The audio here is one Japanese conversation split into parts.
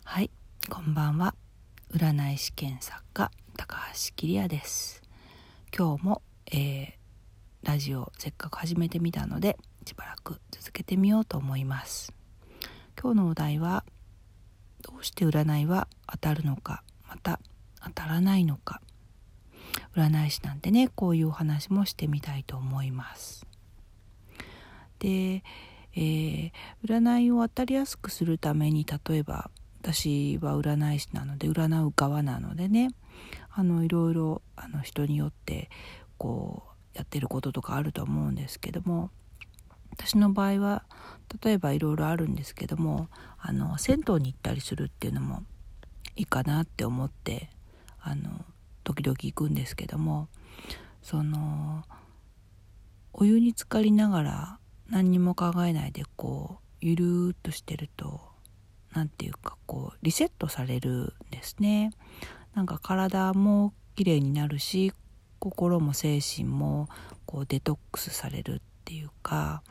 はい、こんばんは。占い師兼作家高橋桐也です。今日も、ラジオせっかく始めてみたのでしばらく続けてみようと思います。今日のお題は、どうして占いは当たるのか、また当たらないのか。占い師なんてね、こういうお話もしてみたいと思います。で、占いを当たりやすくするために、例えば私は占い師なので占う側なのでね、いろいろ人によってこうやってることとかあると思うんですけども、私の場合は例えばいろいろあるんですけども、銭湯に行ったりするっていうのもいいかなって思って時々行くんですけども、お湯に浸かりながら何にも考えないでこうゆるーっとしてると、なんていうかこうリセットされるんですね。なんか体もきれいになるし、心も精神もこうデトックスされるっていうか、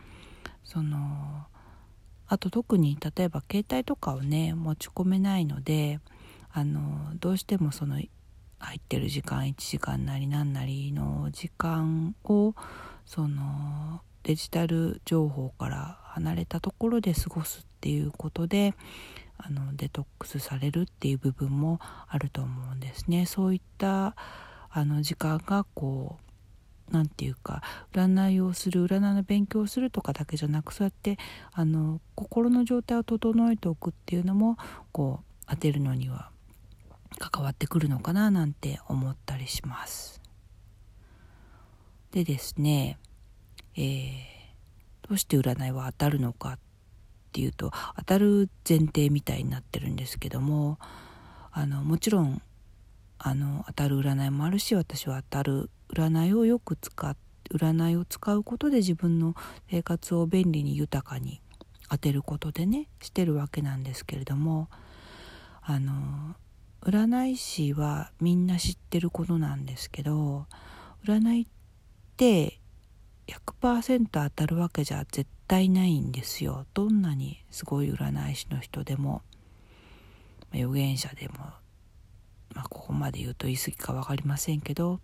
あと特に例えば携帯とかをね持ち込めないので、どうしても入ってる時間1時間なり何なりの時間をデジタル情報から離れたところで過ごすっていうことでデトックスされるっていう部分もあると思うんですね。そういった時間がこうなんていうか、占いをする、占いの勉強をするとかだけじゃなく、そうやって心の状態を整えておくっていうのもこう当てるのには関わってくるのかななんて思ったりします。でですね、どうして占いは当たるのかっていうと、当たる前提みたいになってるんですけども、もちろん当たる占いもあるし、私は当たる占いをよく占いを使うことで自分の生活を便利に豊かに当てることでねしてるわけなんですけれども、占い師はみんな知ってることなんですけど、占いって100% 当たるわけじゃ絶対ないんですよ。どんなにすごい占い師の人でも、預言者でも、ここまで言うと言い過ぎか分かりませんけど、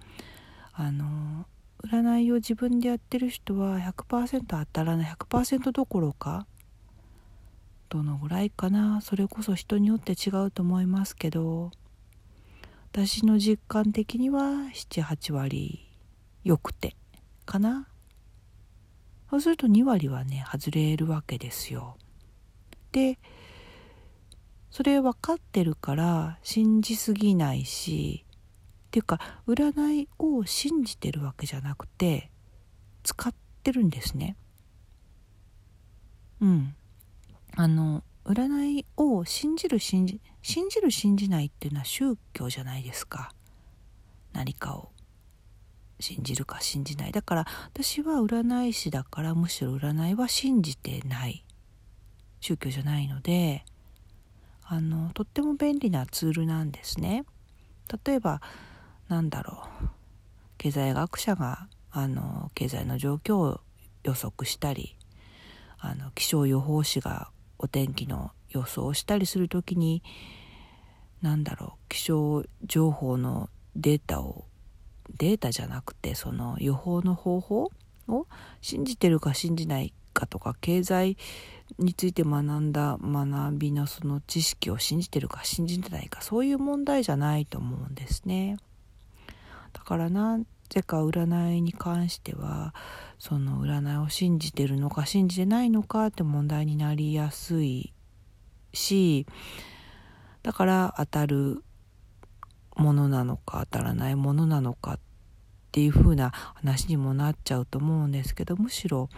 占いを自分でやってる人は 100% 当たらない、100% どころかどのぐらいかな、それこそ人によって違うと思いますけど、私の実感的には 7,8 割よくてかな。そうすると2割はね外れるわけですよ。でそれ分かってるから信じすぎないし、っていうか占いを信じてるわけじゃなくて使ってるんですね。占いを信じる信じないっていうのは宗教じゃないですか。何かを信じるか信じない。だから私は占い師だから、むしろ占いは信じてない、宗教じゃないので、とっても便利なツールなんですね。例えば経済学者が経済の状況を予測したり、気象予報士がお天気の予想をしたりするときに、気象情報のデータじゃなくてその予報の方法を信じてるか信じないかとか、経済について学んだ学びのその知識を信じてるか信じてないか、そういう問題じゃないと思うんですね。だからなぜか占いに関しては、その占いを信じてるのか信じてないのかって問題になりやすいし、だから当たるものなのか当たらないものなのかっていう風な話にもなっちゃうと思うんですけど、むしろ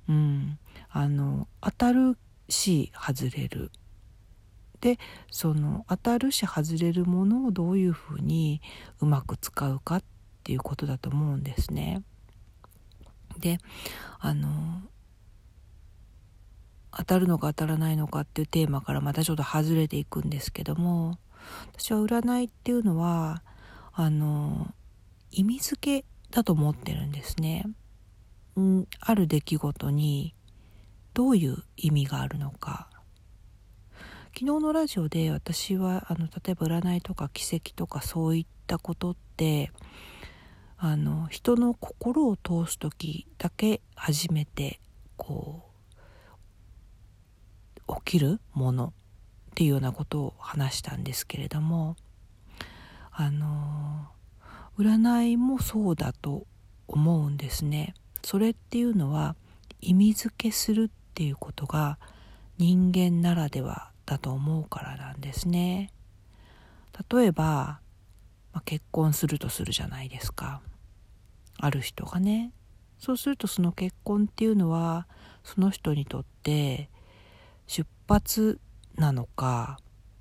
当たるし外れる。でその当たるし外れるものをどういうふうにうまく使うかっていうことだと思うんですね。で当たるのか当たらないのかっていうテーマからまたちょっと外れていくんですけども、私は占いっていうのは意味付けだと思ってるんですね。ある出来事にどういう意味があるのか。 昨日のラジオで私は例えば占いとか奇跡とかそういったことって人の心を通す時だけ初めて起きるものっていうようなことを話したんですけれども、占いもそうだと思うんですね。それっていうのは意味付けするっていうことが人間ならではだと思うからなんですね。例えば、結婚するとするじゃないですか。ある人がね。そうするとその結婚っていうのはその人にとって出発なのか、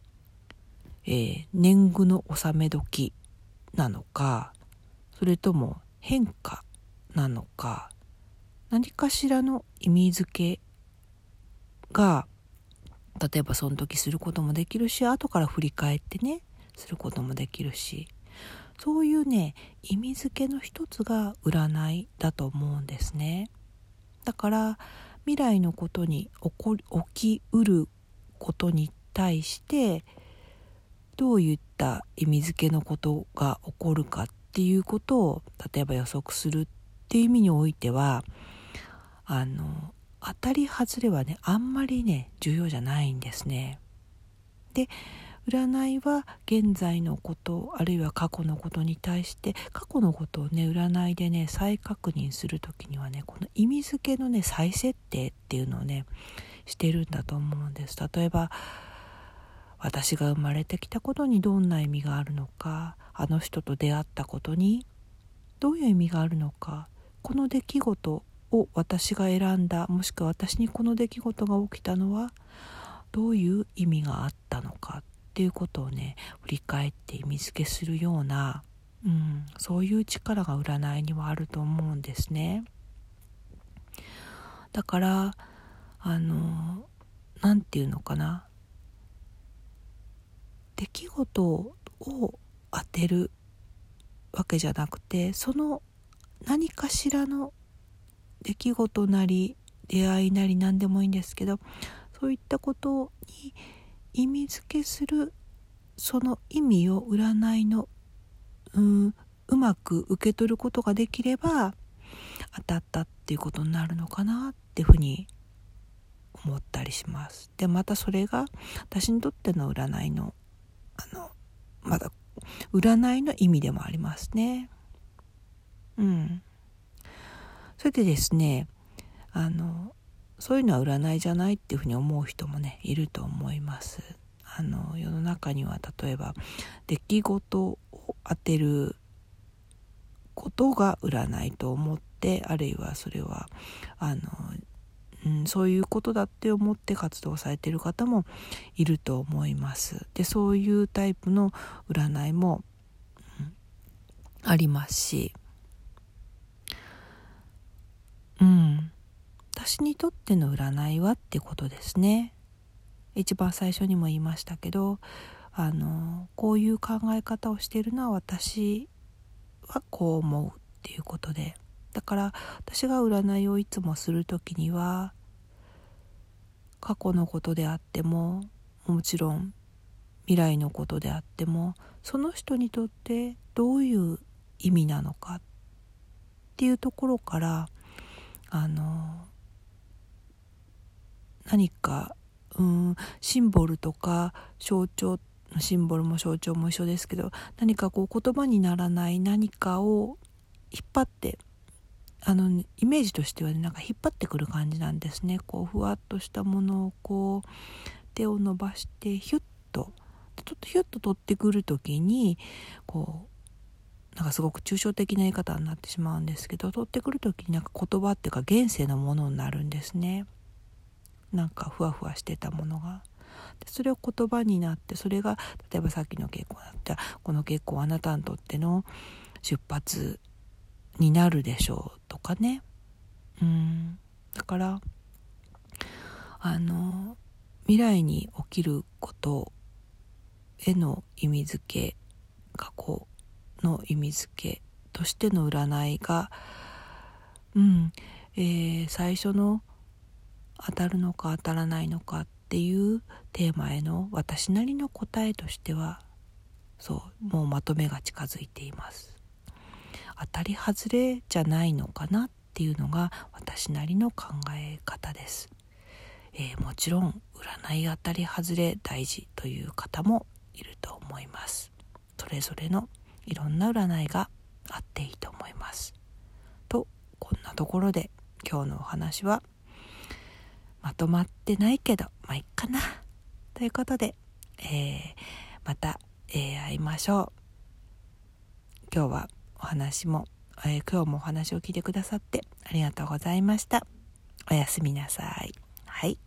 年貢の納め時なのか、それとも変化なのか、何かしらの意味付けが例えばその時することもできるし、後から振り返ってねすることもできるし、そういうね意味付けの一つが占いだと思うんですね。だから未来のことに起きうることに対してどういった意味付けのことが起こるかっていうことを例えば予測するっていう意味においては当たり外れはねあんまりね重要じゃないんですね。で占いは現在のことあるいは過去のことに対して過去のことをね占いでね再確認するときにはねこの意味付けのね再設定っていうのをねしてるんだと思うんです。例えば私が生まれてきたことにどんな意味があるのか、あの人と出会ったことにどういう意味があるのか、この出来事を私が選んだ、もしくは私にこの出来事が起きたのはどういう意味があったのかっていうことをね振り返って意味付けするような、そういう力が占いにはあると思うんですね。だからなんていうのかな、出来事を当てるわけじゃなくて、その何かしらの出来事なり出会いなり何でもいいんですけど、そういったことに意味付けする、その意味を占いのうまく受け取ることができれば当たったっていうことになるのかなっていうふうに思ったりします。でまたそれが私にとっての占いのまだ占いの意味でもありますね。それでですねそういうのは占いじゃないっていうふうに思う人もねいると思います。世の中には例えば出来事を当てることが占いと思って、あるいはそれはそういうことだって思って活動されている方もいると思います。でそういうタイプの占いも、ありますし、私にとっての占いはってことですね。一番最初にも言いましたけどこういう考え方をしているのは私はこう思うっていうことで、だから私が占いをいつもするときには過去のことであってももちろん未来のことであってもその人にとってどういう意味なのかっていうところから何かシンボルとか象徴、シンボルも象徴も一緒ですけど、何か言葉にならない何かを引っ張ってイメージとしてはね引っ張ってくる感じなんですね。ふわっとしたものを手を伸ばしてヒュッとちょっとヒュッと取ってくるときにすごく抽象的な言い方になってしまうんですけど、取ってくるときに言葉っていうか現世のものになるんですね。ふわふわしてたものが、でそれを言葉になって、それが例えばさっきの結婚だったらこの結婚はあなたにとっての出発になるでしょうとかね。だから未来に起きることへの意味付け、過去の意味付けとしての占いが、最初の当たるのか当たらないのかっっていうテーマへの私なりの答えとしては、もうまとめが近づいています。当たり外れじゃないのかなっていうのが私なりの考え方です。もちろん占い当たり外れ大事という方もいると思います。それぞれのいろんな占いがあっていいと思います。と、こんなところで今日のお話はまとまってないけどいっかなということで、また、会いましょう。今日もお話を聞いてくださってありがとうございました。おやすみなさい。はい。